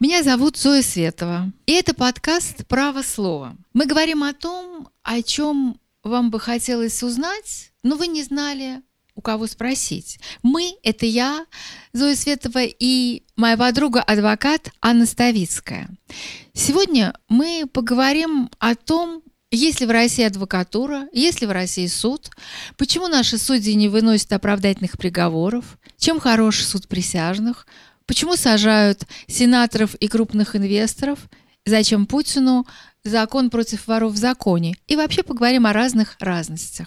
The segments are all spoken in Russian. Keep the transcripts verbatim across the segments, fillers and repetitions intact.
Меня зовут Зоя Светова, и это подкаст «Право слова». Мы говорим о том, о чем вам бы хотелось узнать, но вы не знали, у кого спросить. Мы — это я, Зоя Светова, и моя подруга-адвокат Анна Ставицкая. Сегодня мы поговорим о том, есть ли в России адвокатура, есть ли в России суд, почему наши судьи не выносят оправдательных приговоров, чем хорош суд присяжных, почему сажают сенаторов и крупных инвесторов, зачем Путину закон против воров в законе, и вообще поговорим о разных разностях.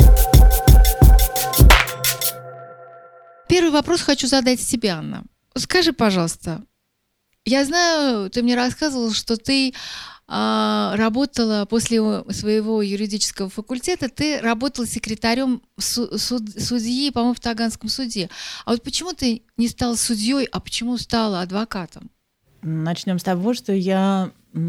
Первый вопрос хочу задать тебе, Анна. Скажи, пожалуйста, я знаю, ты мне рассказывала, что ты а, работала после своего юридического факультета, ты работала секретарем су- суд- судьи, по-моему, в Таганском суде. А вот почему ты не стала судьей, а почему стала адвокатом? Начнем с того, что я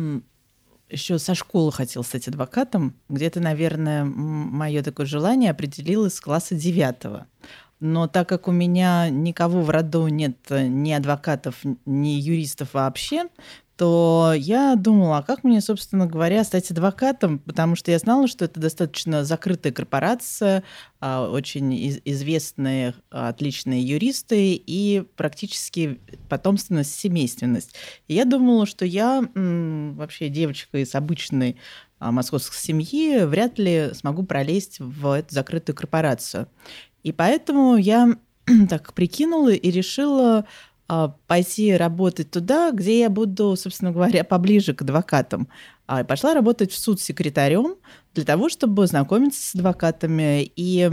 еще со школы хотела стать адвокатом. Где-то, наверное, мое такое желание определилось с класса девятого. Но так как у меня никого в роду нет, ни адвокатов, ни юристов вообще, то я думала, а как мне, собственно говоря, стать адвокатом, потому что я знала, что это достаточно закрытая корпорация, очень известные, отличные юристы и практически потомственность, семейственность. И я думала, что я вообще девочка из обычной московской семьи вряд ли смогу пролезть в эту закрытую корпорацию. И поэтому я так прикинула и решила а, пойти работать туда, где я буду, собственно говоря, поближе к адвокатам. А, пошла работать в суд секретарем для того, чтобы знакомиться с адвокатами. И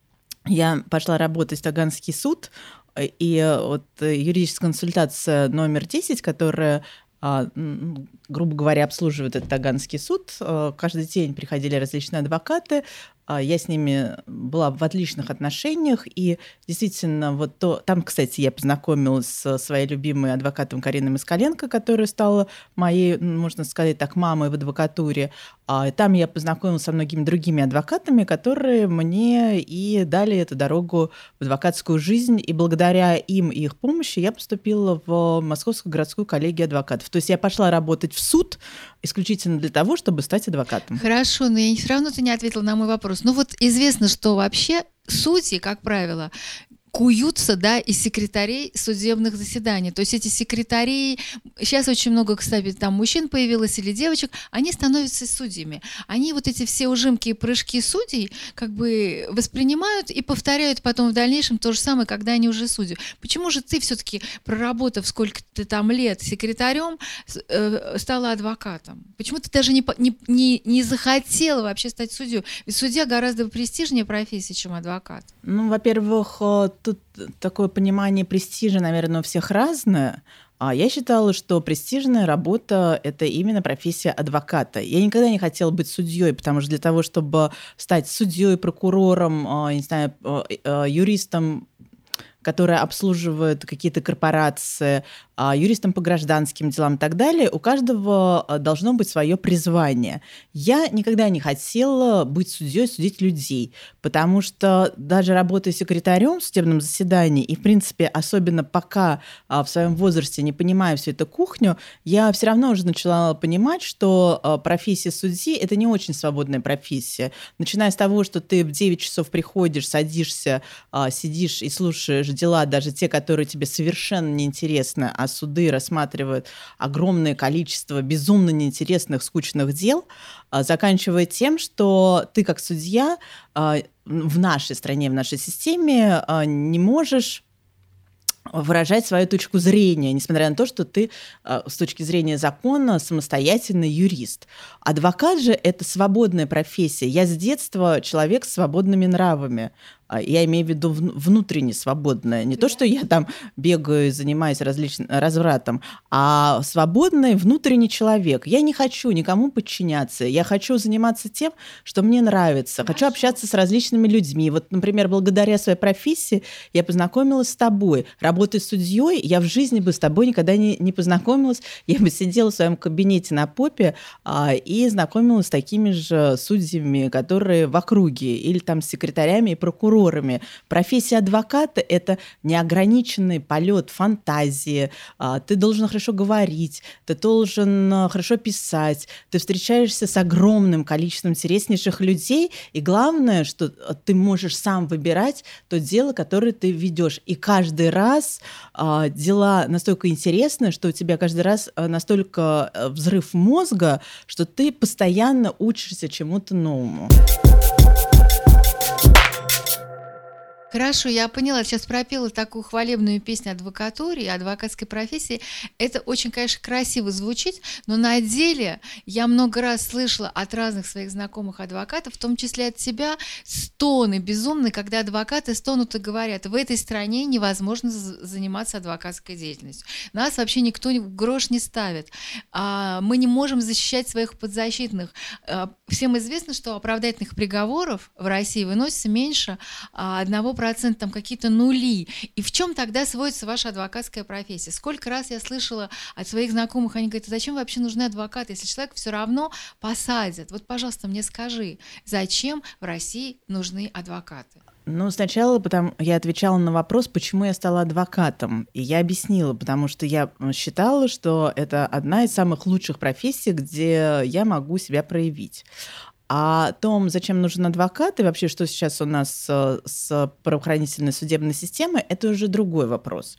я пошла работать в Таганский суд, и вот юридическая консультация номер десять, которая, грубо говоря, обслуживает этот Таганский суд. Каждый день приходили различные адвокаты. Я с ними была в отличных отношениях, и действительно, вот то, там, кстати, я познакомилась со своей любимой адвокатом Кариной Москаленко, которая стала моей, можно сказать так, мамой в адвокатуре. Там я познакомилась со многими другими адвокатами, которые мне и дали эту дорогу в адвокатскую жизнь, и благодаря им и их помощи я поступила в Московскую городскую коллегию адвокатов. То есть я пошла работать в суд исключительно для того, чтобы стать адвокатом. Хорошо, но я все равно ты не ответила на мой вопрос. Ну вот известно, что вообще судьи, как правило, куются, да, из секретарей судебных заседаний. То есть эти секретари, сейчас очень много, кстати, там мужчин появилось или девочек, они становятся судьями. Они вот эти все ужимки и прыжки судей как бы воспринимают и повторяют потом в дальнейшем то же самое, когда они уже судьи. Почему же ты все-таки, проработав сколько-то там лет секретарем, стала адвокатом? Почему ты даже не, не, не, не захотела вообще стать судьей? Ведь судья гораздо престижнее профессия, чем адвокат. Ну, во-первых, тут такое понимание престижа, наверное, у всех разное. А я считала, что престижная работа – это именно профессия адвоката. Я никогда не хотела быть судьей, потому что для того, чтобы стать судьей, прокурором, не знаю, юристом, которые обслуживают какие-то корпорации, юристам по гражданским делам и так далее, у каждого должно быть свое призвание. Я никогда не хотела быть судьей, судить людей, потому что даже работая секретарем в судебном заседании, и, в принципе, особенно пока в своем возрасте не понимая всю эту кухню, я все равно уже начала понимать, что профессия судьи – это не очень свободная профессия. Начиная с того, что ты в девять часов приходишь, садишься, сидишь и слушаешь дела, даже те, которые тебе совершенно неинтересны, а суды рассматривают огромное количество безумно неинтересных, скучных дел, заканчивая тем, что ты как судья в нашей стране, в нашей системе не можешь выражать свою точку зрения, несмотря на то, что ты с точки зрения закона самостоятельный юрист. Адвокат же – это свободная профессия. Я с детства человек с свободными нравами. Я имею в виду внутренне свободное. Не то, что я там бегаю и занимаюсь различным развратом, а свободный внутренний человек. Я не хочу никому подчиняться. Я хочу заниматься тем, что мне нравится. Хочу общаться с различными людьми. Вот, например, благодаря своей профессии я познакомилась с тобой. Работая судьей, я в жизни бы с тобой никогда не, не познакомилась. Я бы сидела в своем кабинете на попе а, и знакомилась с такими же судьями, которые в округе, или там с секретарями и прокурорами. прокурорами. Профессия адвоката – это неограниченный полет фантазии. Ты должен хорошо говорить, ты должен хорошо писать, ты встречаешься с огромным количеством интереснейших людей, и главное, что ты можешь сам выбирать то дело, которое ты ведешь. И каждый раз дела настолько интересны, что у тебя каждый раз настолько взрыв мозга, что ты постоянно учишься чему-то новому. Хорошо, я поняла. Сейчас пропела такую хвалебную песню адвокатуре и адвокатской профессии. Это очень, конечно, красиво звучит, но на деле я много раз слышала от разных своих знакомых адвокатов, в том числе от тебя, стоны безумные, когда адвокаты стонут и говорят: в этой стране невозможно заниматься адвокатской деятельностью. Нас вообще никто в грош не ставит. Мы не можем защищать своих подзащитных. Всем известно, что оправдательных приговоров в России выносится меньше одного процента, там какие-то нули. И в чем тогда сводится ваша адвокатская профессия? Сколько раз я слышала от своих знакомых, они говорят: зачем вообще нужны адвокаты, если человек все равно посадят? Вот, пожалуйста, мне скажи, зачем в России нужны адвокаты? Ну, сначала потому, я отвечала на вопрос, почему я стала адвокатом. И я объяснила, потому что я считала, что это одна из самых лучших профессий, где я могу себя проявить. А о том, зачем нужен адвокат и вообще, что сейчас у нас с, с правоохранительной судебной системой, это уже другой вопрос.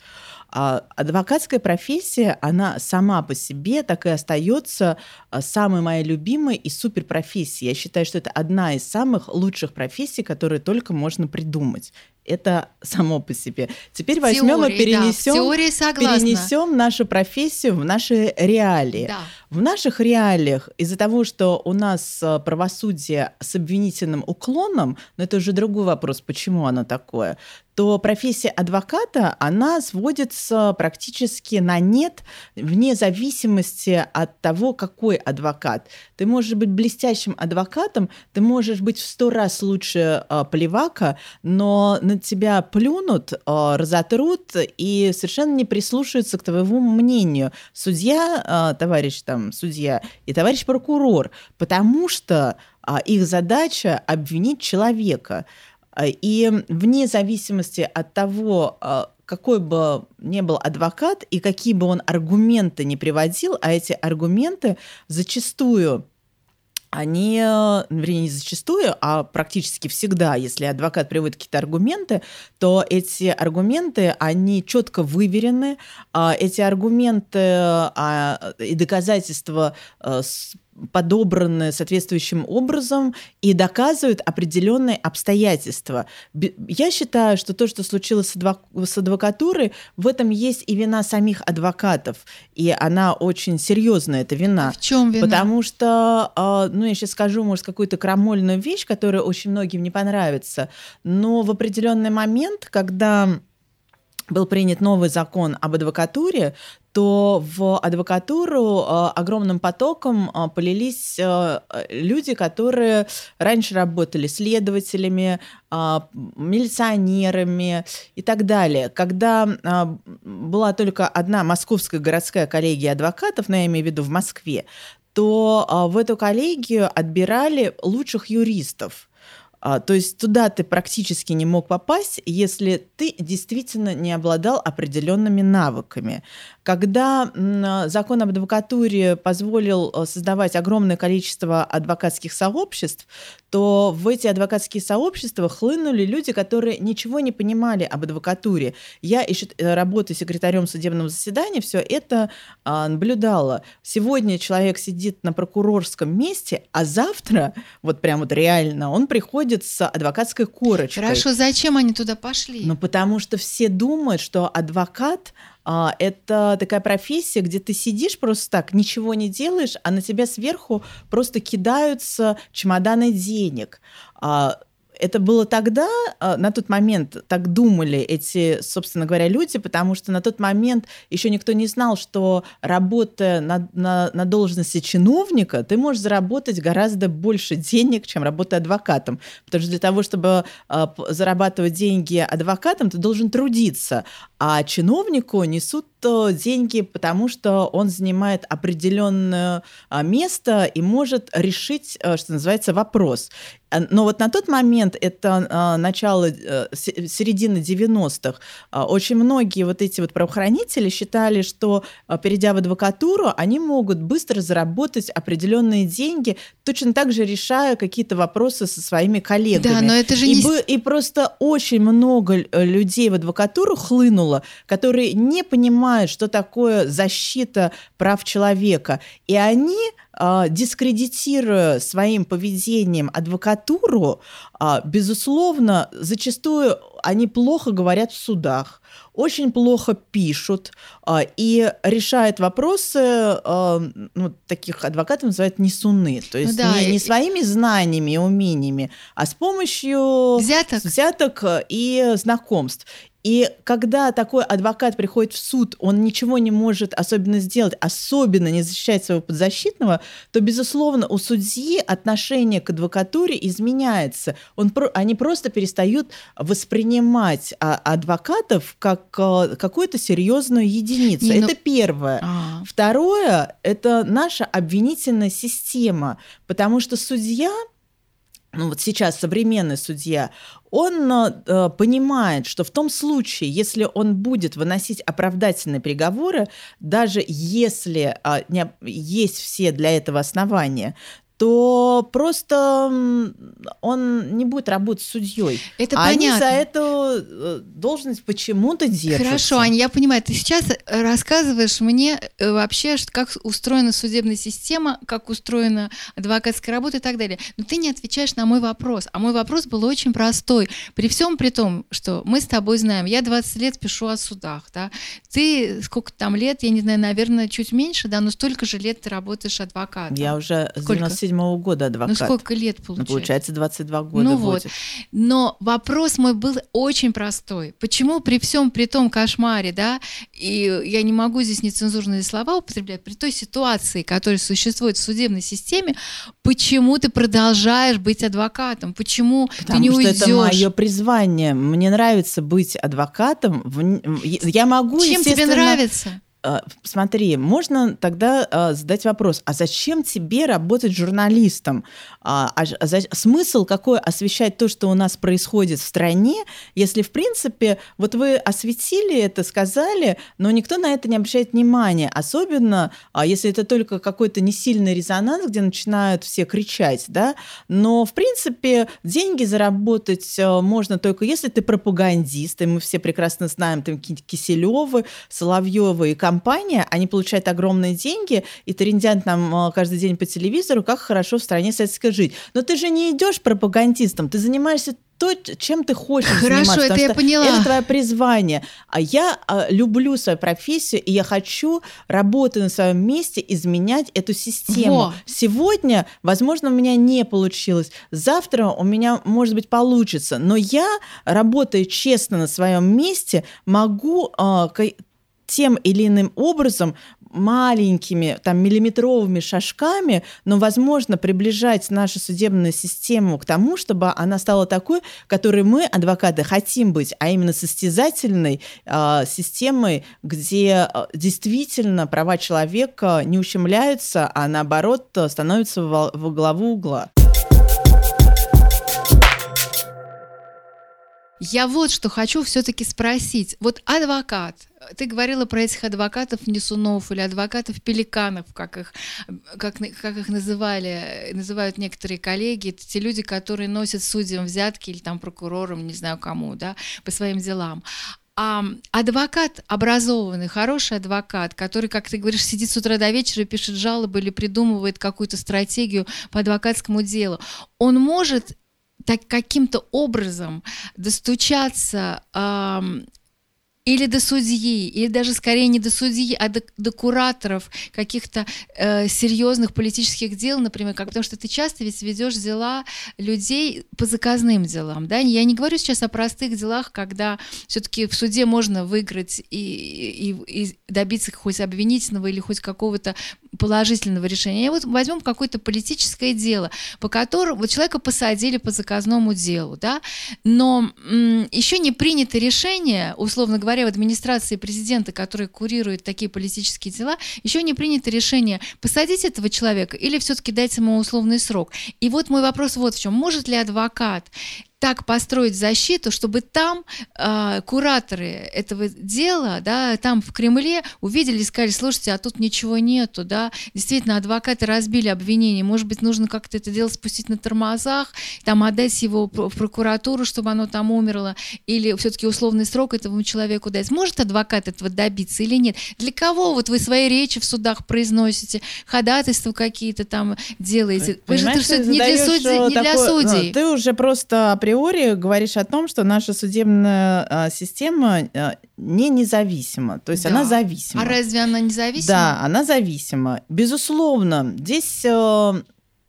А адвокатская профессия, она сама по себе так и остается самой моей любимой и суперпрофессией. Я считаю, что это одна из самых лучших профессий, которые только можно придумать. Это само по себе. Теперь возьмем и перенесем, да, перенесем нашу профессию в наши реалии. Да. В наших реалиях из-за того, что у нас правосудие с обвинительным уклоном, но это уже другой вопрос, почему оно такое, то профессия адвоката, она сводится практически на нет вне зависимости от того, какой адвокат. Ты можешь быть блестящим адвокатом, ты можешь быть в сто раз лучше э, плевака, но на тебя плюнут, э, разотрут и совершенно не прислушаются к твоему мнению судья, э, товарищ там судья и товарищ прокурор, потому что э, их задача обвинить человека. И вне зависимости от того, какой бы ни был адвокат и какие бы он аргументы ни приводил, а эти аргументы зачастую, они, вернее, не зачастую, а практически всегда, если адвокат приводит какие-то аргументы, то эти аргументы, они четко выверены, эти аргументы и доказательства подобраны соответствующим образом и доказывают определенные обстоятельства. Я считаю, что то, что случилось с, адвок... с адвокатурой, в этом есть и вина самих адвокатов, и она очень серьезная, эта вина. В чем вина? Потому что, ну, я сейчас скажу, может, какую-то крамольную вещь, которая очень многим не понравится, но в определенный момент, когда был принят новый закон об адвокатуре, то в адвокатуру э, огромным потоком э, полились э, люди, которые раньше работали следователями, э, милиционерами и так далее. Когда э, была только одна московская городская коллегия адвокатов, но я имею в виду в Москве, то э, в эту коллегию отбирали лучших юристов. То есть туда ты практически не мог попасть, если ты действительно не обладал определенными навыками. Когда закон об адвокатуре позволил создавать огромное количество адвокатских сообществ, то в эти адвокатские сообщества хлынули люди, которые ничего не понимали об адвокатуре. Я, еще работая секретарем судебного заседания, все это наблюдала. Сегодня человек сидит на прокурорском месте, а завтра, вот прям вот реально, он приходит с адвокатской корочкой. Хорошо, зачем они туда пошли? Ну, потому что все думают, что адвокат а, – это такая профессия, где ты сидишь просто так, ничего не делаешь, а на тебя сверху просто кидаются чемоданы денег. А, это было тогда, на тот момент так думали эти, собственно говоря, люди, потому что на тот момент еще никто не знал, что работая на, на, на должности чиновника, ты можешь заработать гораздо больше денег, чем работая адвокатом. Потому что для того, чтобы зарабатывать деньги адвокатом, ты должен трудиться. а чиновнику несут деньги, потому что он занимает определенное место и может решить, что называется, вопрос. Но вот на тот момент, это начало, середины девяностых, очень многие вот эти вот правоохранители считали, что, перейдя в адвокатуру, они могут быстро заработать определенные деньги, точно так же решая какие-то вопросы со своими коллегами. Да, но это же и, не... бы, и просто очень много людей в адвокатуру хлынуло, которые не понимают, что такое защита прав человека. И они, дискредитируя своим поведением адвокатуру, безусловно, зачастую они плохо говорят в судах, очень плохо пишут и решают вопросы, ну, таких адвокатов называют несуны, то есть ну, да, не, не своими знаниями и умениями, а с помощью взяток, взяток и знакомств. И когда такой адвокат приходит в суд, он ничего не может особенно сделать, особенно не защищать своего подзащитного, то, безусловно, у судьи отношение к адвокатуре изменяется. Он, они просто перестают воспринимать адвокатов как какую-то серьезную единицу. Не, это ну... первое. А-а-а. Второе – это наша обвинительная система, потому что судья, ну вот сейчас современный судья, он э, понимает, что в том случае, если он будет выносить оправдательные приговоры, даже если э, не, есть все для этого основания, то просто он не будет работать судьей. Это а понятно. Они за эту должность почему-то держатся. Хорошо, Аня, я понимаю. Ты сейчас рассказываешь мне вообще, как устроена судебная система, как устроена адвокатская работа и так далее. Но ты не отвечаешь на мой вопрос. А мой вопрос был очень простой. При всем при том, что мы с тобой знаем, я двадцать лет пишу о судах, да? Ты сколько там лет, я не знаю, наверное, чуть меньше, да, но столько же лет ты работаешь адвокатом. Я уже с девяносто седьмого года адвокат. Ну сколько лет получается? Ну, получается, двадцать два года ну будет. Вот. Но вопрос мой был очень простой. Почему при всем при том кошмаре, да, и я не могу здесь нецензурные слова употреблять, при той ситуации, которая существует в судебной системе, почему ты продолжаешь быть адвокатом? Почему Потому ты не что уйдешь? Это мое призвание. Мне нравится быть адвокатом. Я могу, Чем тебе нравится? Смотри, можно тогда а, задать вопрос, а зачем тебе работать журналистом? А, а, а за, смысл какой освещать то, что у нас происходит в стране, если, в принципе, вот вы осветили это, сказали, но никто на это не обращает внимания, особенно а, если это только какой-то несильный резонанс, где начинают все кричать, да? Но, в принципе, деньги заработать можно только если ты пропагандист, и мы все прекрасно знаем, там какие-то Киселёвы, Соловьёвы и компания, они получают огромные деньги и трындят нам каждый день по телевизору, как хорошо в стране советской жить. Но ты же не идешь пропагандистом, ты занимаешься то, чем ты хочешь Хорошо, заниматься. Это я поняла. Это твое призвание. А я а, люблю свою профессию, и я хочу, работая на своем месте, изменять эту систему. Во. Сегодня, возможно, у меня не получилось. Завтра у меня, может быть, получится. Но я, работая честно на своем месте, могу а, тем или иным образом, маленькими, там, миллиметровыми шажками, но, возможно, приближать нашу судебную систему к тому, чтобы она стала такой, которой мы, адвокаты, хотим быть, а именно состязательной э, системой, где э, действительно права человека не ущемляются, а наоборот становятся во, во главу угла. Я вот что хочу все-таки спросить. Вот адвокат, ты говорила про этих адвокатов-несунов или адвокатов-пеликанов, как их, как, как их называли, называют некоторые коллеги. Это те люди, которые носят судьям взятки или там прокурорам, не знаю кому, да, по своим делам. А адвокат образованный, хороший адвокат, который, как ты говоришь, сидит с утра до вечера, пишет жалобы или придумывает какую-то стратегию по адвокатскому делу, он может так каким-то образом достучаться э, или до судьи, или даже скорее не до судьи, а до, до кураторов каких-то э, серьезных политических дел, например, как, потому что ты часто ведь ведешь дела людей по заказным делам, да? Я не говорю сейчас о простых делах, когда все-таки в суде можно выиграть и, и, и добиться хоть обвинительного или хоть какого-то положительного решения. И вот возьмем какое-то политическое дело, по которому вот человека посадили по заказному делу, да, но м, еще не принято решение, условно говоря, в администрации президента, который курирует такие политические дела, еще не принято решение посадить этого человека или все-таки дать ему условный срок. И вот мой вопрос вот в чем. Может ли адвокат так построить защиту, чтобы там э, кураторы этого дела, да, там в Кремле увидели и сказали: слушайте, а тут ничего нету, да, действительно, адвокаты разбили обвинение, может быть, нужно как-то это дело спустить на тормозах, там отдать его в прокуратуру, чтобы оно там умерло, или все-таки условный срок этому человеку дать. Может адвокат этого добиться или нет? Для кого вот вы свои речи в судах произносите, ходатайства какие-то там делаете? Вы же это все не для, судей, не для судей. Ну, ты уже просто априори говоришь о том, что наша судебная а, система а, не независима, то есть да. она зависима. А разве она независима? Да, она зависима. Безусловно, здесь а,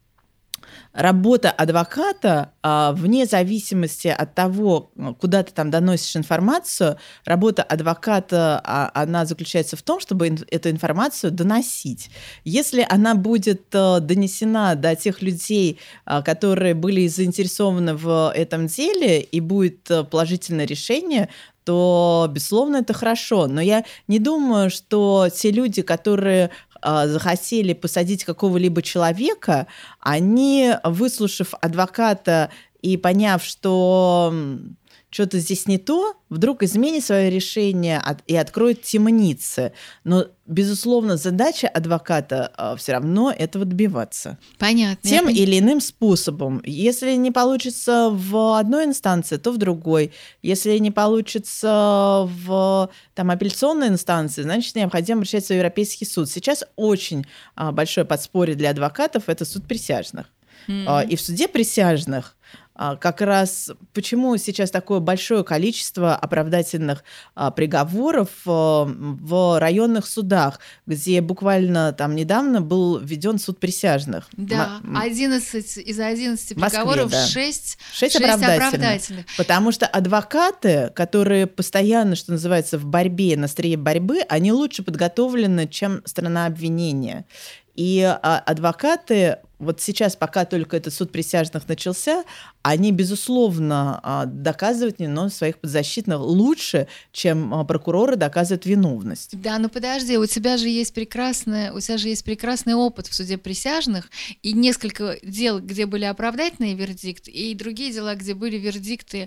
работа адвоката, а, вне зависимости от того, куда ты там доносишь информацию, работа адвоката, а, она заключается в том, чтобы ин- эту информацию доносить. Если она будет а, донесена до тех людей, а, которые были заинтересованы в этом деле, и будет а, положительное решение, то, безусловно, это хорошо. Но я не думаю, что те люди, которые захотели посадить какого-либо человека, они, выслушав адвоката и поняв, что что-то здесь не то, вдруг изменит свое решение и откроет темницы. Но, безусловно, задача адвоката все равно этого добиваться. Понятно. Тем или иным способом. Если не получится в одной инстанции, то в другой. Если не получится в там, апелляционной инстанции, значит, необходимо обращаться в Европейский суд. Сейчас очень большое подспорье для адвокатов – это суд присяжных. Mm-hmm. И в суде присяжных как раз почему сейчас такое большое количество оправдательных а, приговоров а, в районных судах, где буквально там недавно был введен суд присяжных. Да, М- одиннадцать из одиннадцати приговоров, да. шесть, шесть шесть оправдательных. оправдательных. Потому что адвокаты, которые постоянно, что называется, в борьбе, на острие борьбы, они лучше подготовлены, чем сторона обвинения. И а, адвокаты, вот сейчас, пока только этот суд присяжных начался, они, безусловно, а, доказывают невиновность своих подзащитных лучше, чем а, прокуроры доказывают виновность. Да, но подожди, у тебя же есть прекрасный, у тебя же есть прекрасный опыт в суде присяжных, и несколько дел, где были оправдательные вердикты, и другие дела, где были вердикты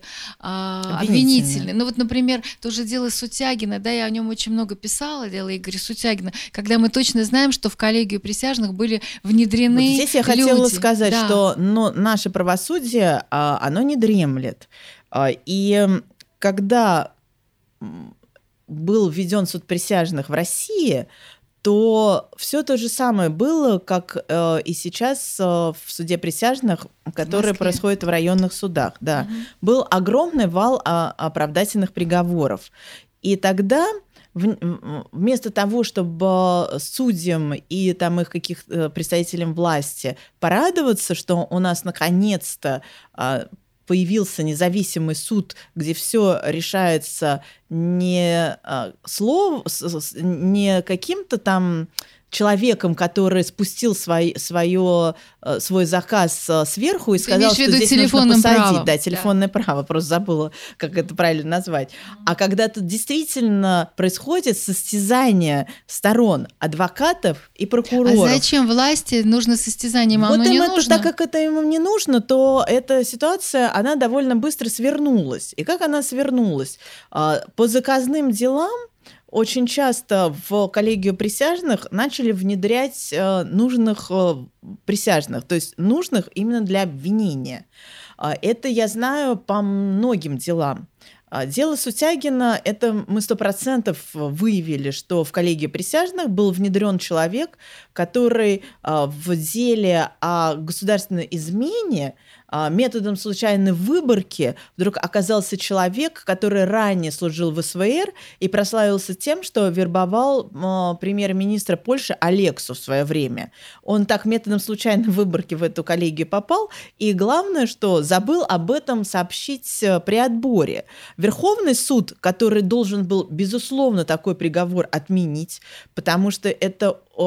а, обвинительные. Ну вот, например, тоже дело Сутягина, да, я о нем очень много писала, дело Игоря Сутягина, когда мы точно знаем, что в коллегию присяжных были внедрены вот здесь я люди. хотела сказать, да. что ну, наше правосудие, оно не дремлет. И когда был введен суд присяжных в России, то все то же самое было, как и сейчас в суде присяжных, который происходит в районных судах. Да. Угу. Был огромный вал оправдательных приговоров. И тогда вместо того, чтобы судьям и там, их каких представителям власти порадоваться, что у нас наконец-то появился независимый суд, где все решается не, слов, не каким-то там человеком, который спустил свой, свое, свой заказ сверху и сказал, что здесь нужно посадить. Правом. Да, телефонное да. право, просто забыла, как это правильно назвать. Mm-hmm. А когда тут действительно происходит состязание сторон, адвокатов и прокуроров. А зачем власти нужно состязание? Вот оно им не это, нужно? Так как это им не нужно, то эта ситуация, она довольно быстро свернулась. И как она свернулась? По заказным делам очень часто в коллегию присяжных начали внедрять э, нужных э, присяжных, то есть нужных именно для обвинения. Э, это я знаю по многим делам. Э, дело Сутягина, это мы сто процентов выявили, что в коллегию присяжных был внедрен человек, который э, в деле о государственной измене методом случайной выборки вдруг оказался человек, который ранее служил в СВР и прославился тем, что вербовал э, премьер-министра Польши Алексу в свое время. Он так методом случайной выборки в эту коллегию попал, и главное, что забыл об этом сообщить при отборе. Верховный суд, который должен был, безусловно, такой приговор отменить, потому что это... Э,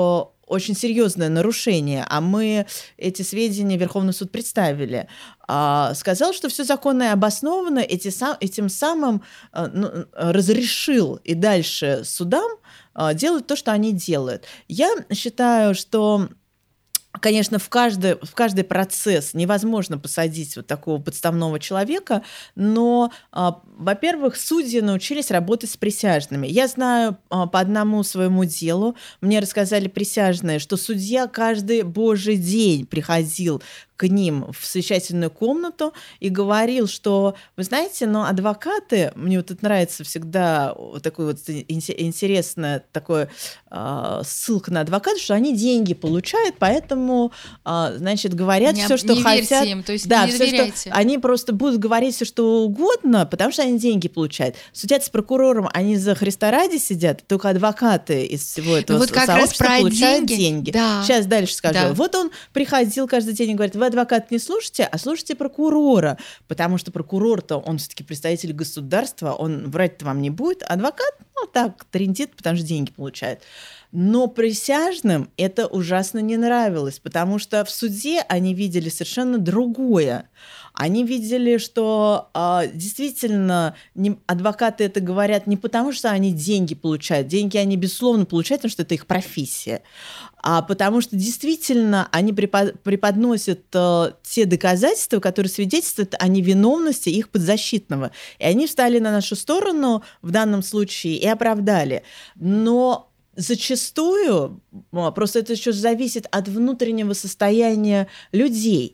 очень серьезное нарушение, а мы эти сведения в Верховный суд представили, а, сказал, что все законно и обоснованно, эти, этим самым а, ну, разрешил и дальше судам а, делать то, что они делают. Я считаю, что... Конечно, в каждый, в каждый процесс невозможно посадить вот такого подставного человека, но, а, во-первых, судьи научились работать с присяжными. Я знаю а, по одному своему делу, мне рассказали присяжные, что судья каждый божий день приходил к ним в совещательную комнату и говорил, что, вы знаете, но адвокаты, мне вот это нравится всегда вот такой вот интересная такой э, ссылка на адвокатов, что они деньги получают, поэтому, э, значит, говорят не, все, что не хотят. Им, то есть да, не все, что они просто будут говорить все, что угодно, потому что они деньги получают. Судят с прокурором, они за Христа ради сидят, только адвокаты из всего этого вот сообщества получают деньги. деньги. Да. Сейчас дальше скажу. Да. Вот он приходил каждый день и говорит, вы адвокат не слушайте, а слушайте прокурора, потому что прокурор-то, он все-таки представитель государства, он врать-то вам не будет, адвокат, ну, так, трындит, потому что деньги получает. Но присяжным это ужасно не нравилось, потому что в суде они видели совершенно другое. Они видели, что э, действительно не, адвокаты это говорят не потому, что они деньги получают. Деньги они, безусловно, получают, потому что это их профессия. А потому что действительно они препод, преподносят э, те доказательства, которые свидетельствуют о невиновности их подзащитного. И они встали на нашу сторону в данном случае и оправдали. Но зачастую, просто это еще зависит от внутреннего состояния людей,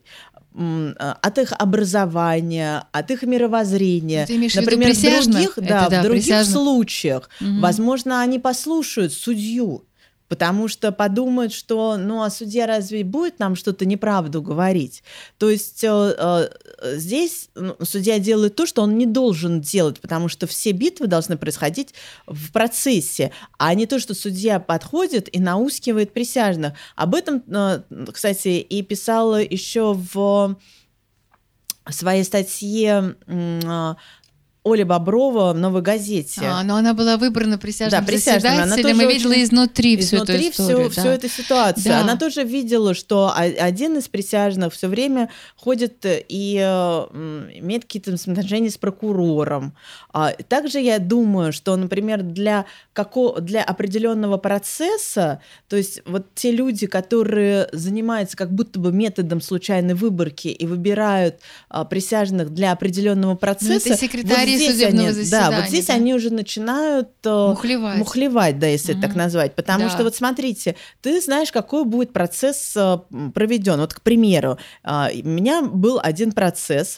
от их образования, от их мировоззрения. Например, в других, да, да, в других случаях, угу. возможно, они послушают судью, потому что подумают, что ну а судья разве будет нам что-то неправду говорить? То есть э, э, здесь ну, судья делает то, что он не должен делать, потому что все битвы должны происходить в процессе, а не то, что судья подходит и наускивает присяжных. Об этом, э, кстати, и писала еще в своей статье э, Оля Боброва в «Новой газете». А, но она была выбрана присяжным да, заседателем и видела изнутри всю эту историю. Всю, да. всю эту ситуацию. Да. Она тоже видела, что один из присяжных все время ходит и имеет какие-то отношения с прокурором. Также я думаю, что, например, для, какого, для определенного процесса, то есть вот те люди, которые занимаются как будто бы методом случайной выборки и выбирают присяжных для определенного процесса, это секретарь судебного они, заседания. Да, вот здесь да? они уже начинают мухлевать, мухлевать да, если угу. это так назвать. Потому да. что вот смотрите, ты знаешь, какой будет процесс проведен. Вот, к примеру, у меня был один процесс,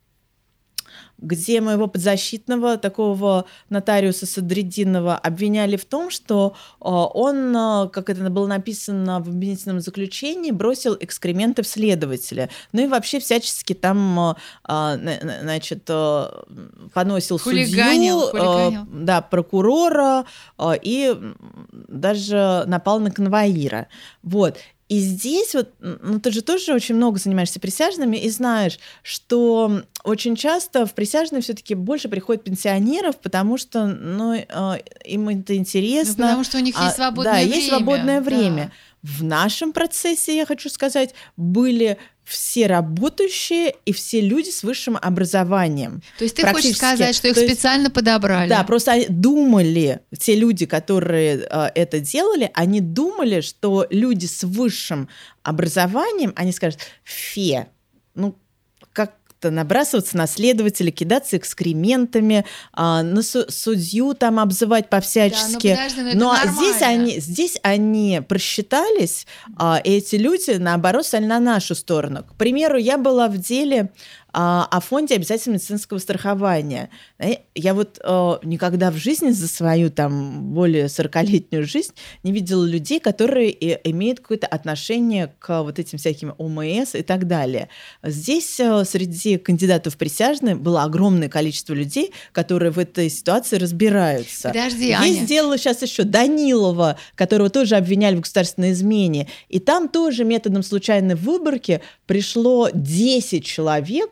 где моего подзащитного, такого нотариуса Садриддинова, обвиняли в том, что он, как это было написано в обвинительном заключении, бросил экскременты в следователя. Ну и вообще всячески там, значит, поносил хулиганил, судью, хулиганил. Да, прокурора и даже напал на конвоира. Вот. И здесь вот, ну ты же тоже очень много занимаешься присяжными и знаешь, что очень часто в присяжные все-таки больше приходят пенсионеров, потому что, ну, им это интересно. Ну, потому что у них есть свободное а, да, время. Да, есть свободное да. время. В нашем процессе, я хочу сказать, были все работающие и все люди с высшим образованием. То есть ты хочешь сказать, что их То специально есть, подобрали? Да, просто они думали, те люди, которые э, это делали, они думали, что люди с высшим образованием, они скажут, фе, ну, как набрасываться на следователя, кидаться экскрементами, а, на су- судью там обзывать по-всячески. Да, но, подожди, но здесь они, здесь они просчитались, а, и эти люди, наоборот, стали на нашу сторону. К примеру, я была в деле а, о фонде обязательного медицинского страхования. Я вот а, никогда в жизни за свою там более сорокалетнюю жизнь не видела людей, которые и, имеют какое-то отношение к вот этим всяким ОМС и так далее. Здесь а, среди кандидатов в присяжные было огромное количество людей, которые в этой ситуации разбираются. Подожди, Я Аня. сделала сейчас еще Данилова, которого тоже обвиняли в государственной измене. И там тоже методом случайной выборки пришло десять человек,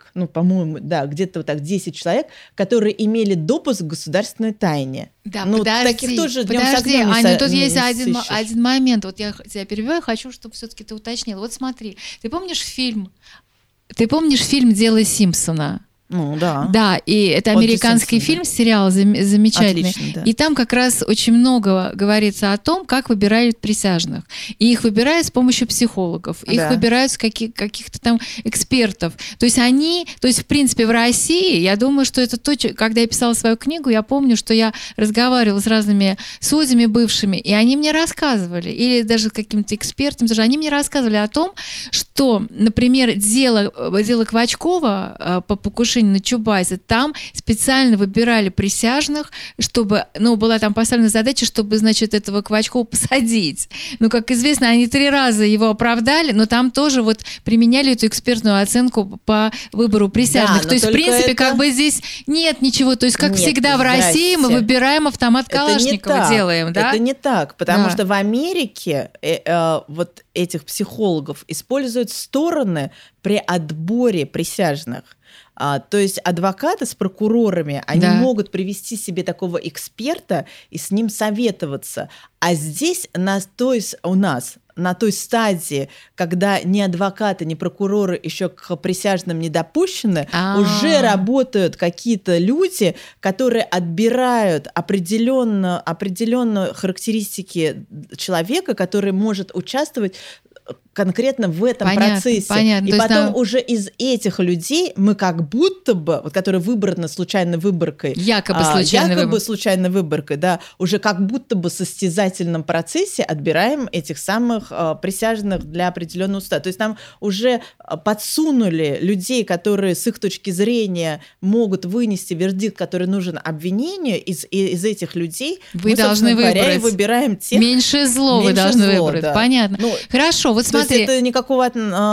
ну, по-моему, да, где-то вот так десять человек, которые имели допуск к государственной тайне. Да, ну, подожди, таких тоже днем с подожди, огнем не Аня, со- тут не- есть не один, сыщешь. один момент, вот я тебя перебиваю, хочу, чтобы все-таки ты уточнил. Вот смотри, ты помнишь фильм, ты помнишь фильм «Дело Симпсона»? Ну, да. Да, и это О Джо американский Симпсон, фильм, сериал зам- замечательный. Отлично, да. И там как раз очень много говорится о том, как выбирают присяжных. И их выбирают с помощью психологов, их Да. выбирают с каких- каких-то там экспертов. То есть они, то есть в принципе в России, я думаю, что это то, чё- когда я писала свою книгу, я помню, что я разговаривала с разными судьями бывшими, и они мне рассказывали, или даже с каким-то экспертом, даже они мне рассказывали о том, что, например, дело, дело Квачкова э, по покушению на Чубайса, там специально выбирали присяжных, чтобы, ну, была там поставлена задача, чтобы, значит, этого Квачкова посадить. Ну, как известно, они три раза его оправдали, но там тоже вот применяли эту экспертную оценку по выбору присяжных. Да, То есть, в но только принципе, это- как бы здесь нет ничего. То есть, как Нет, всегда в России мы здрасте. выбираем автомат Это не Калашникова, так. делаем, да? Это не так, потому Да. что в Америке э, э, вот этих психологов используют стороны при отборе присяжных. А, то есть адвокаты с прокурорами, они Да. могут привести себе такого эксперта и с ним советоваться. А здесь на той, с- у нас на той стадии, когда ни адвокаты, ни прокуроры еще к присяжным не допущены, А. уже работают какие-то люди, которые отбирают определенно, определенные характеристики человека, который может участвовать конкретно в этом Понятно, процессе. понятно. И То есть потом там- уже из этих людей мы как будто бы, вот, которые выбраны случайной выборкой, Якобы а, случайной якобы выбор- случайной выборкой, да, уже как будто бы в состязательном процессе отбираем этих самых а, присяжных для определенного суда. То есть нам уже а, подсунули людей, которые с их точки зрения могут вынести вердикт, который нужен обвинению, из, и- из этих людей Вы мы, должны собственно говоря, и выбрать. выбираем тех. Меньше зло вы Меньше должны зло, выбрать. да. Понятно. Ну, Хорошо, вот То смотри. есть это никакого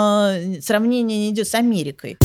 э, сравнения не идет с Америкой.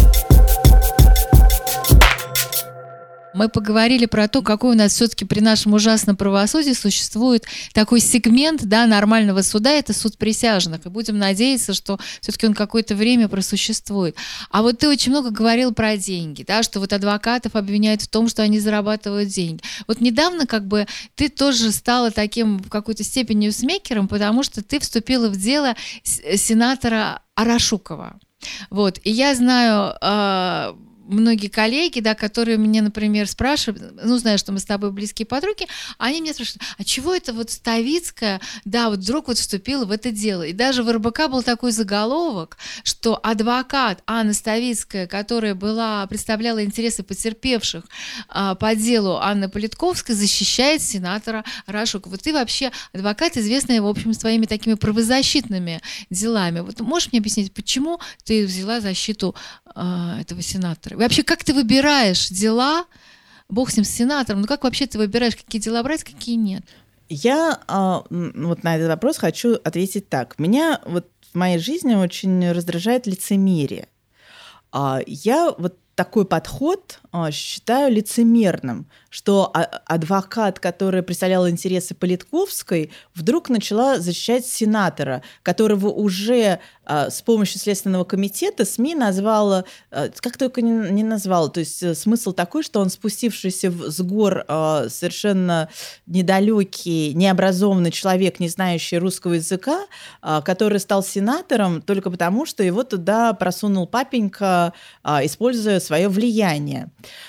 Мы поговорили про то, какой у нас все-таки при нашем ужасном правосудии существует такой сегмент, да, нормального суда, это суд присяжных. И будем надеяться, что все-таки он какое-то время просуществует. А вот ты очень много говорил про деньги, да, что вот адвокатов обвиняют в том, что они зарабатывают деньги. Вот недавно как бы ты тоже стала таким в какой-то степени ньюсмейкером, потому что ты вступила в дело с- сенатора Арашукова. Вот. И я знаю... э, многие коллеги, да, которые меня, например, спрашивают, ну, знаю, что мы с тобой близкие подруги, они меня спрашивают, а чего это вот Ставицкая, да, вот вдруг вот вступила в это дело? И даже в эр бэ ка был такой заголовок, что адвокат Анна Ставицкая, которая была, представляла интересы потерпевших а, по делу Анны Политковской, защищает сенатора Арашукова. Ты вообще адвокат, известный, в общем, своими такими правозащитными делами. Вот можешь мне объяснить, почему ты взяла защиту а, этого сенатора? Вообще, как ты выбираешь дела, бог с ним, с сенатором, ну как вообще ты выбираешь, какие дела брать, какие нет? Я а, м, вот на этот вопрос хочу ответить так. Меня вот в моей жизни очень раздражает лицемерие. А, Я вот такой подход а, считаю лицемерным, что а- адвокат, который представлял интересы Политковской, вдруг начала защищать сенатора, которого уже а, с помощью Следственного комитета СМИ назвала, а, как только не, не назвала, то есть э, смысл такой, что он спустившийся в- с гор а, совершенно недалекий, необразованный человек, не знающий русского языка, а, который стал сенатором только потому, что его туда просунул папенька, а, используя свое влияние.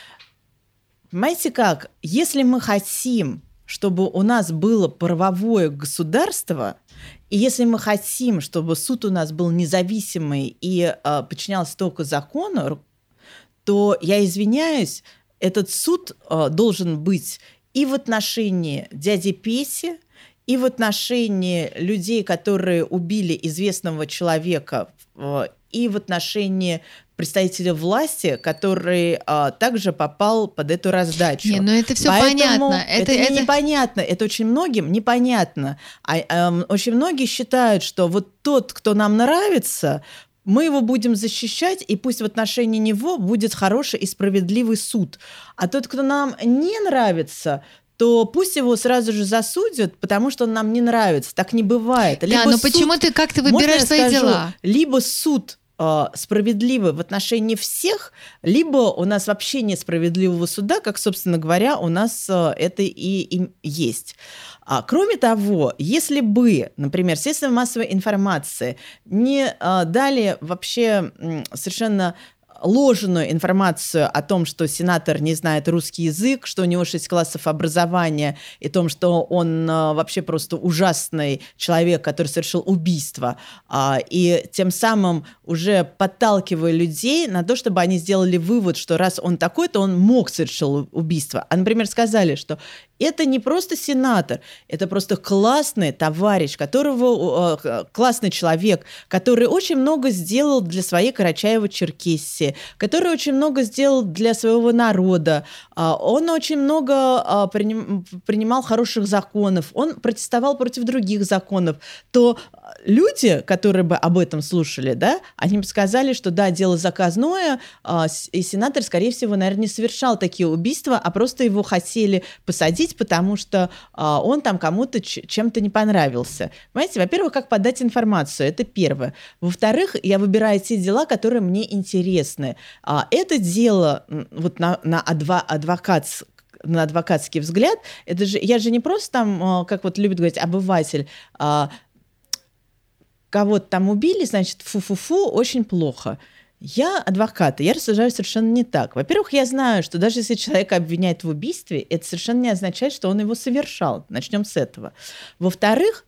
Понимаете как? Если мы хотим, чтобы у нас было правовое государство, и если мы хотим, чтобы суд у нас был независимый и а, подчинялся только закону, то, я извиняюсь, этот суд а, должен быть и в отношении дяди Пети, и в отношении людей, которые убили известного человека, а, и в отношении представителя власти, который а, также попал под эту раздачу. Не, ну это все Поэтому понятно. Это, Это, не это... непонятно, это очень многим непонятно. А, эм, очень многие считают, что вот тот, кто нам нравится, мы его будем защищать, и пусть в отношении него будет хороший и справедливый суд. А тот, кто нам не нравится, то пусть его сразу же засудят, потому что он нам не нравится. Так не бывает. Да, Либо но суд- почему ты, как ты Можно выбираешь я свои скажу? дела? Либо суд э, справедливы в отношении всех, либо у нас вообще нет справедливого суда, как, собственно говоря, у нас э, это и, и есть. А, кроме того, если бы, например, средства массовой информации не э, дали вообще м, совершенно ложную информацию о том, что сенатор не знает русский язык, что у него шесть классов образования, и о том, что он а, вообще просто ужасный человек, который совершил убийство, а, и тем самым уже подталкивая людей на то, чтобы они сделали вывод, что раз он такой, то он мог совершить убийство. А, например, сказали, что это не просто сенатор, это просто классный товарищ, которого, э, классный человек, который очень много сделал для своей Карачаево-Черкесии, который очень много сделал для своего народа. Он очень много принимал хороших законов, он протестовал против других законов. То люди, которые бы об этом слушали, да, они бы сказали, что да, дело заказное, и сенатор, скорее всего, наверное, не совершал такие убийства, а просто его хотели посадить, потому что он там кому-то чем-то не понравился. Понимаете, во-первых, как подать информацию, это первое. Во-вторых, я выбираю те дела, которые мне интересны. Это дело вот на, на адва, адвокатс, на адвокатский взгляд, это же, я же не просто там, как вот любят говорить, обыватель, кого-то там убили, значит, фу-фу-фу, очень плохо. Я адвокат, и я рассуждаю совершенно не так. Во-первых, я знаю, что даже если человека обвиняют в убийстве, это совершенно не означает, что он его совершал. Начнем с этого. Во-вторых,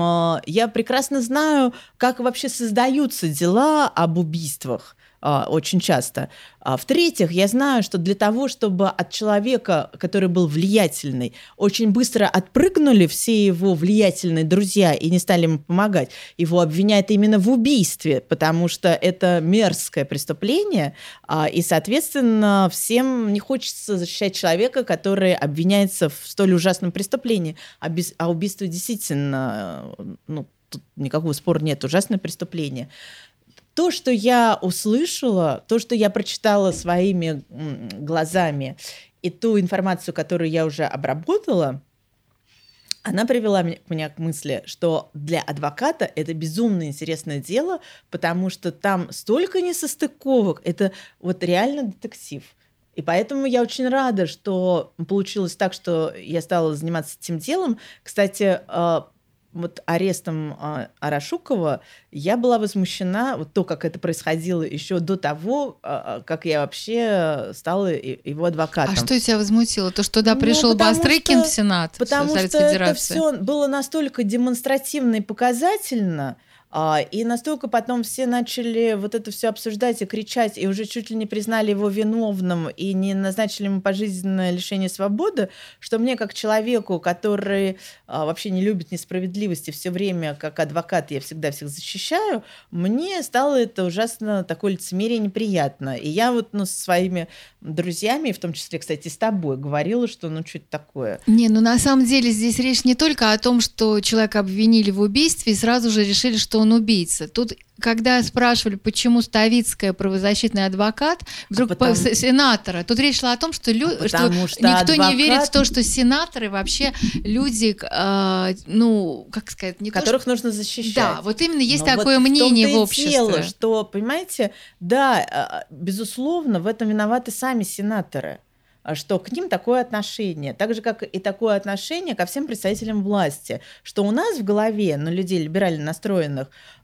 я прекрасно знаю, как вообще создаются дела об убийствах. Очень часто. В-третьих, я знаю, что для того, чтобы от человека, который был влиятельный, очень быстро отпрыгнули все его влиятельные друзья и не стали ему помогать, его обвиняют именно в убийстве, потому что это мерзкое преступление, и, соответственно, всем не хочется защищать человека, который обвиняется в столь ужасном преступлении. А убийство действительно, ну, тут никакого спора нет, ужасное преступление. То, что я услышала, то, что я прочитала своими глазами, и ту информацию, которую я уже обработала, она привела меня к мысли, что для адвоката это безумно интересное дело, потому что там столько несостыковок, это вот реально детектив. И поэтому я очень рада, что получилось так, что я стала заниматься этим делом. Кстати, вот арестом а, Арашукова я была возмущена, вот то, как это происходило еще до того, а, как я вообще стала его адвокатом. А что тебя возмутило? То, что туда ну, пришел Бастрыкин что, в Сенат? Потому что это все было настолько демонстративно и показательно, а, и настолько потом все начали вот это все обсуждать и кричать, и уже чуть ли не признали его виновным и не назначили ему пожизненное лишение свободы, что мне, как человеку, который а, вообще не любит несправедливости, все время как адвокат я всегда всех защищаю, мне стало это ужасно такое лицемерие неприятно. И я вот ну, со своими друзьями, в том числе, кстати, с тобой, говорила, что ну что это такое. Не, ну на самом деле здесь речь не только о том, что человека обвинили в убийстве и сразу же решили, что он убийца. Тут, когда спрашивали, почему Ставицкая правозащитный адвокат, вдруг а потому... сенатора, тут речь шла о том, что, лю... что, что никто адвокат... не верит в то, что сенаторы вообще люди, э, ну, как сказать, не которых то, что... нужно защищать. Да, вот именно есть Но такое вот мнение в, в обществе. Дело, что, понимаете, да, безусловно, в этом виноваты сами сенаторы, что к ним такое отношение, так же, как и такое отношение ко всем представителям власти, что у нас в голове, ну, людей либерально настроенных,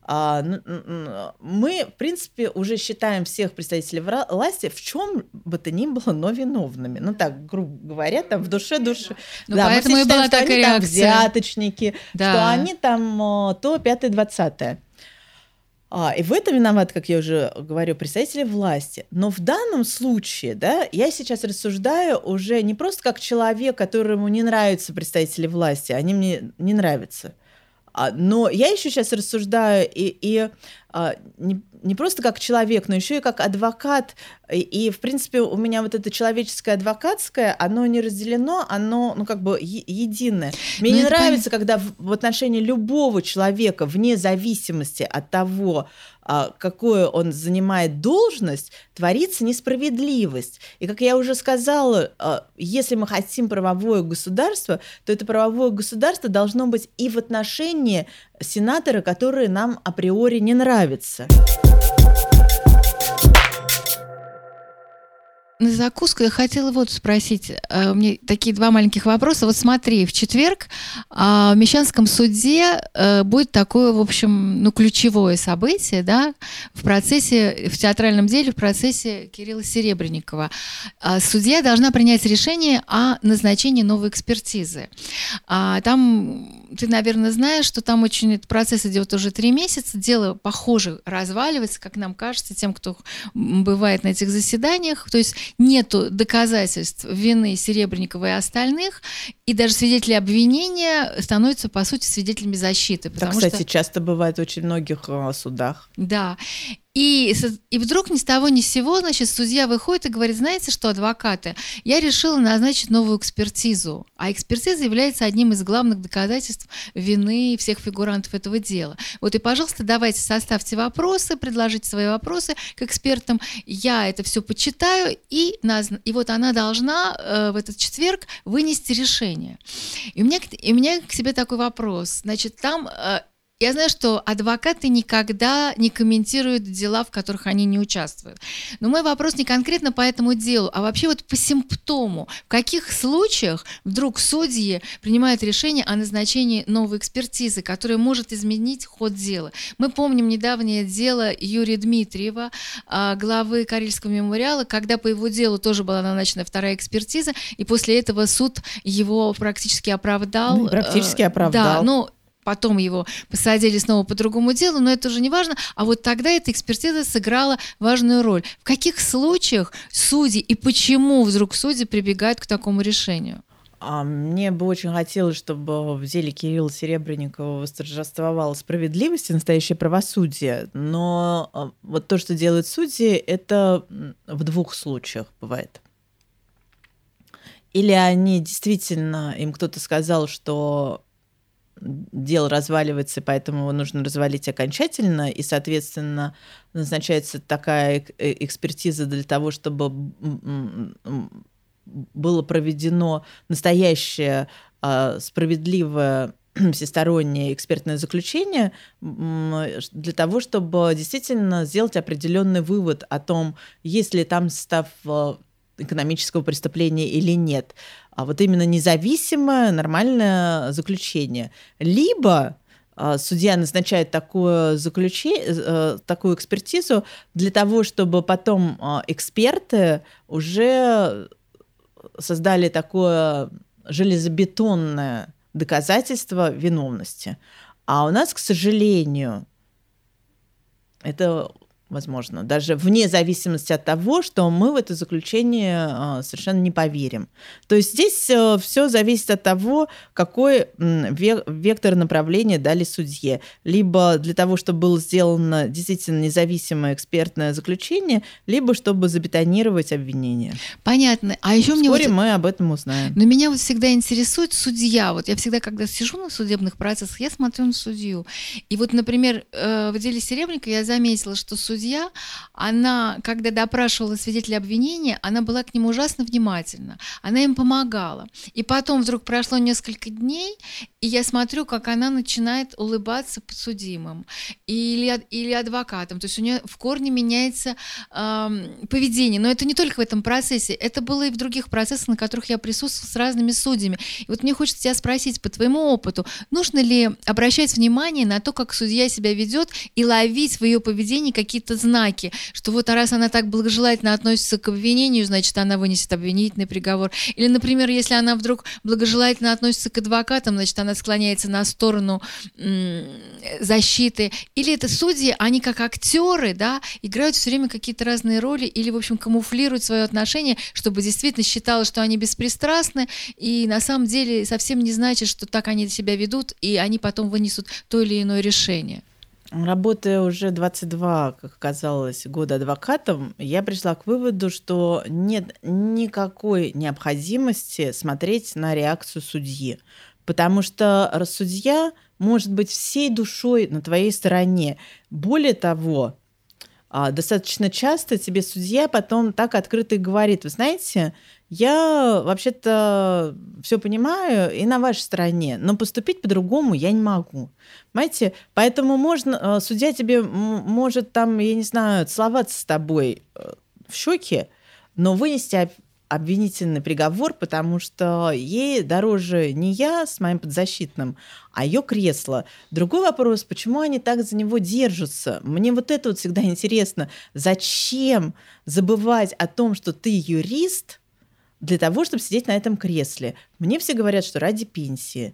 мы, в принципе, уже считаем всех представителей власти в чем бы то ни было, но виновными. Ну, так, грубо говоря, там в душе души. Ну, да, поэтому мы и была считаем, такая что они реакция. Там взяточники, да. что они там то пятое, двадцатое. А, и в этом виноват, как я уже говорю, представители власти. Но в данном случае, да, я сейчас рассуждаю уже не просто как человек, которому не нравятся представители власти, они мне не нравятся. А, но я еще сейчас рассуждаю и, и а, не, не просто как человек, но еще и как адвокат. И, и, в принципе, у меня вот это человеческое адвокатское, оно не разделено, оно, ну, как бы е- единое. Мне но не нравится, пон... когда в, в отношении любого человека, вне зависимости от того, а, какую он занимает должность, творится несправедливость. И, как я уже сказала, а, если мы хотим правовое государство, то это правовое государство должно быть и в отношении сенатора, которые нам априори не нравятся. На закуску я хотела вот спросить, э, у меня такие два маленьких вопроса. Вот смотри, в четверг а, в Мещанском суде э, будет такое, в общем, ну, ключевое событие, да, в процессе, в театральном деле, в процессе Кирилла Серебренникова. А, судья должна принять решение о назначении новой экспертизы. А, там, ты, наверное, знаешь, что там очень этот процесс идет уже три месяца, дело, похоже, разваливается, как нам кажется, тем, кто бывает на этих заседаниях, то есть нету доказательств вины Серебренникова и остальных, и даже свидетели обвинения становятся, по сути, свидетелями защиты. Так, кстати, что... часто бывает в очень многих э, судах. Да. И, и вдруг ни с того ни с сего, значит, судья выходит и говорит: знаете что, адвокаты, я решила назначить новую экспертизу, а экспертиза является одним из главных доказательств вины всех фигурантов этого дела. Вот и, пожалуйста, давайте составьте вопросы, предложите свои вопросы к экспертам, я это все почитаю, и, и вот она должна э, в этот четверг вынести решение. И у меня, и у меня к себе такой вопрос, значит, там... Э, Я знаю, что адвокаты никогда не комментируют дела, в которых они не участвуют. Но мой вопрос не конкретно по этому делу, а вообще вот по симптому. В каких случаях вдруг судьи принимают решение о назначении новой экспертизы, которая может изменить ход дела? Мы помним недавнее дело Юрия Дмитриева, главы Карельского мемориала, когда по его делу тоже была назначена вторая экспертиза, и после этого суд его практически оправдал. Ну, практически оправдал. Да, ну, потом его посадили снова по другому делу, но это уже не важно. А вот тогда эта экспертиза сыграла важную роль. В каких случаях судьи и почему вдруг судьи прибегают к такому решению? А мне бы очень хотелось, чтобы в деле Кирилла Серебренникова восторжествовала справедливость и настоящее правосудие. Но вот то, что делают судьи, это в двух случаях бывает. Или они действительно, им кто-то сказал, что дело разваливается, поэтому его нужно развалить окончательно, и, соответственно, назначается такая экспертиза для того, чтобы было проведено настоящее справедливое всестороннее экспертное заключение для того, чтобы действительно сделать определенный вывод о том, есть ли там состав экономического преступления или нет. А вот именно независимое, нормальное заключение. Либо а, судья назначает такое заключение, а, такую экспертизу для того, чтобы потом а, эксперты уже создали такое железобетонное доказательство виновности. А у нас, к сожалению, это... возможно, даже вне зависимости от того, что мы в это заключение совершенно не поверим. То есть здесь все зависит от того, какой вектор направления дали судье. Либо для того, чтобы было сделано действительно независимое экспертное заключение, либо чтобы забетонировать обвинение. Понятно. А еще мне Вскоре вот... мы об этом узнаем. Но меня вот всегда интересует судья. Вот я всегда, когда сижу на судебных процессах, я смотрю на судью. И вот, например, в деле Серебренникова я заметила, что судья Судья, она, когда допрашивала свидетеля обвинения, она была к нему ужасно внимательна, она им помогала. И потом вдруг прошло несколько дней, и я смотрю, как она начинает улыбаться подсудимым или, или адвокатам. То есть у нее в корне меняется э, поведение. Но это не только в этом процессе, это было и в других процессах, на которых я присутствовала с разными судьями. И вот мне хочется тебя спросить, по твоему опыту, нужно ли обращать внимание на то, как судья себя ведет, и ловить в ее поведении какие-то знаки, что вот раз она так благожелательно относится к обвинению, значит, она вынесет обвинительный приговор. Или, например, если она вдруг благожелательно относится к адвокатам, значит, она склоняется на сторону м- защиты. Или это судьи, они как актеры, да, играют все время какие-то разные роли или, в общем, камуфлируют свое отношение, чтобы действительно считалось, что они беспристрастны, и на самом деле совсем не значит, что так они себя ведут, и они потом вынесут то или иное решение. Работая уже двадцать два, как оказалось, года адвокатом, я пришла к выводу, что нет никакой необходимости смотреть на реакцию судьи, потому что судья может быть всей душой на твоей стороне. Более того, достаточно часто тебе судья потом так открыто и говорит: вы знаете, я вообще-то все понимаю и на вашей стороне, но поступить по-другому я не могу. Понимаете? Поэтому можно, судья тебе может там, я не знаю, целоваться с тобой в щеки, но вынести обвинительный приговор, потому что ей дороже не я с моим подзащитным, а ее кресло. Другой вопрос, почему они так за него держатся? Мне вот это вот всегда интересно. Зачем забывать о том, что ты юрист, для того, чтобы сидеть на этом кресле? Мне все говорят, что ради пенсии.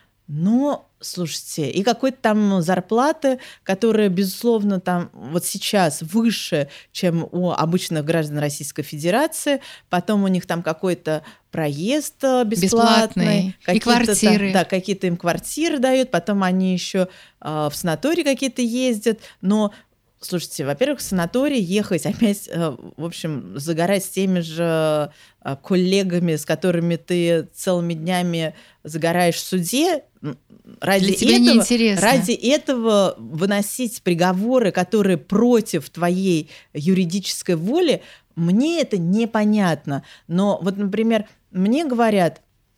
Но, слушайте, и какой-то там зарплаты, которая, безусловно, там вот сейчас выше, чем у обычных граждан Российской Федерации, потом у них там какой-то проезд бесплатный, бесплатный и квартиры. Там, да, какие-то им квартиры дают, потом они еще э, в санатории какие-то ездят, но слушайте, во-первых, в санаторий ехать, опять, в общем, загорать с теми же коллегами, с которыми ты целыми днями загораешь в суде, ради Для тебя этого, неинтересно. Ради этого выносить приговоры, которые против твоей юридической воли, мне это непонятно. Но вот, например, мне говорят,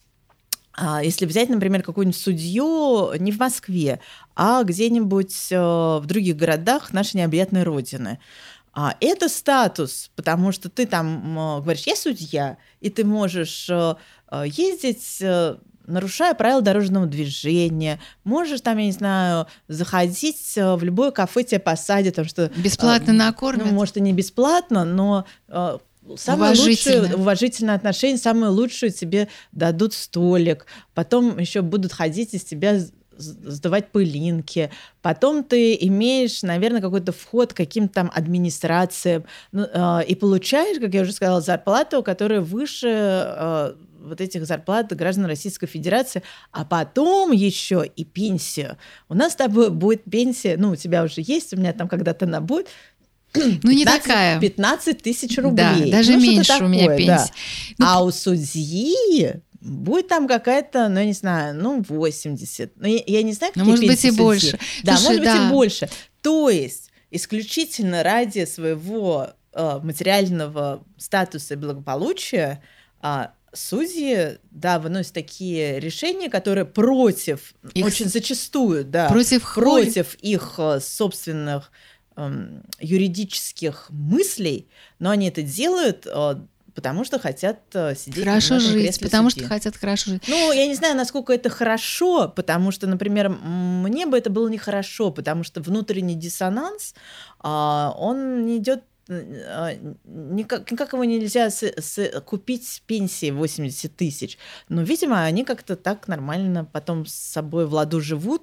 если взять, например, какую-нибудь судью не в Москве, а где-нибудь в других городах нашей необъятной родины, это статус, потому что ты там говоришь, я судья, и ты можешь ездить, нарушая правила дорожного движения, можешь там, я не знаю, заходить в любое кафе, тебя посадят, потому что... Бесплатно накормят? Ну, может, и не бесплатно, но... Самое лучшее уважительное отношение, самое лучшее тебе дадут столик, потом еще будут ходить из тебя сдавать пылинки, потом ты имеешь, наверное, какой-то вход к каким-то там администрациям, ну, э, и получаешь, как я уже сказала, зарплату, которая выше э, вот этих зарплат граждан Российской Федерации, а потом еще и пенсию. У нас с тобой будет пенсия, ну, у тебя уже есть, у меня там когда-то она будет, ну, не такая. пятнадцать тысяч рублей. Да, даже ну, меньше такое, у меня пенсия. Да. Ну, а у судьи будет там какая-то, ну, я не знаю, ну, восемьдесят. Ну, я, я не знаю, какие ну, может быть, и судьи. больше. Да, Слушай, может да. быть, и больше. То есть исключительно ради своего э, материального статуса и благополучия э, судьи, да, выносят такие решения, которые против, их... очень зачастую, да, против, против их э, собственных юридических мыслей, но они это делают, потому что хотят сидеть хорошо на этом жить, кресле потому судьи. что хотят хорошо жить. Ну, я не знаю, насколько это хорошо, потому что, например, мне бы это было нехорошо, потому что внутренний диссонанс, он не идет. Никак, никак его нельзя с, с, купить с пенсии восемьдесят тысяч. Но, видимо, они как-то так нормально потом с собой в ладу живут,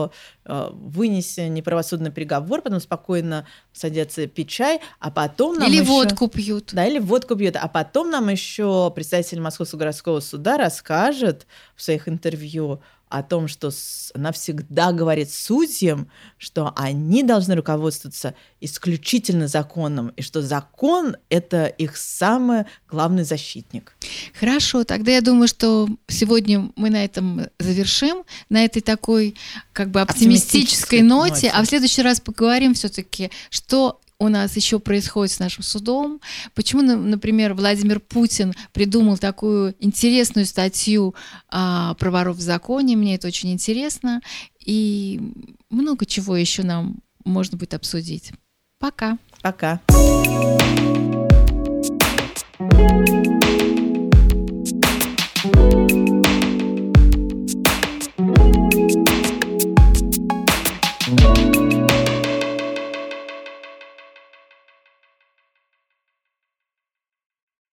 вынеся неправосудный приговор, потом спокойно садятся пить чай, а потом нам или еще... водку пьют. Да, или водку пьют. А потом нам еще представитель Московского городского суда расскажет в своих интервью о том, что она всегда говорит судьям, что они должны руководствоваться исключительно законом, и что закон – это их самый главный защитник. Хорошо, тогда я думаю, что сегодня мы на этом завершим, на этой такой как бы оптимистической, оптимистической ноте, ноте, а в следующий раз поговорим все-таки, что у нас еще происходит с нашим судом, почему, например, Владимир Путин придумал такую интересную статью а, про воров в законе, мне это очень интересно, и много чего еще нам можно будет обсудить. Пока. Пока.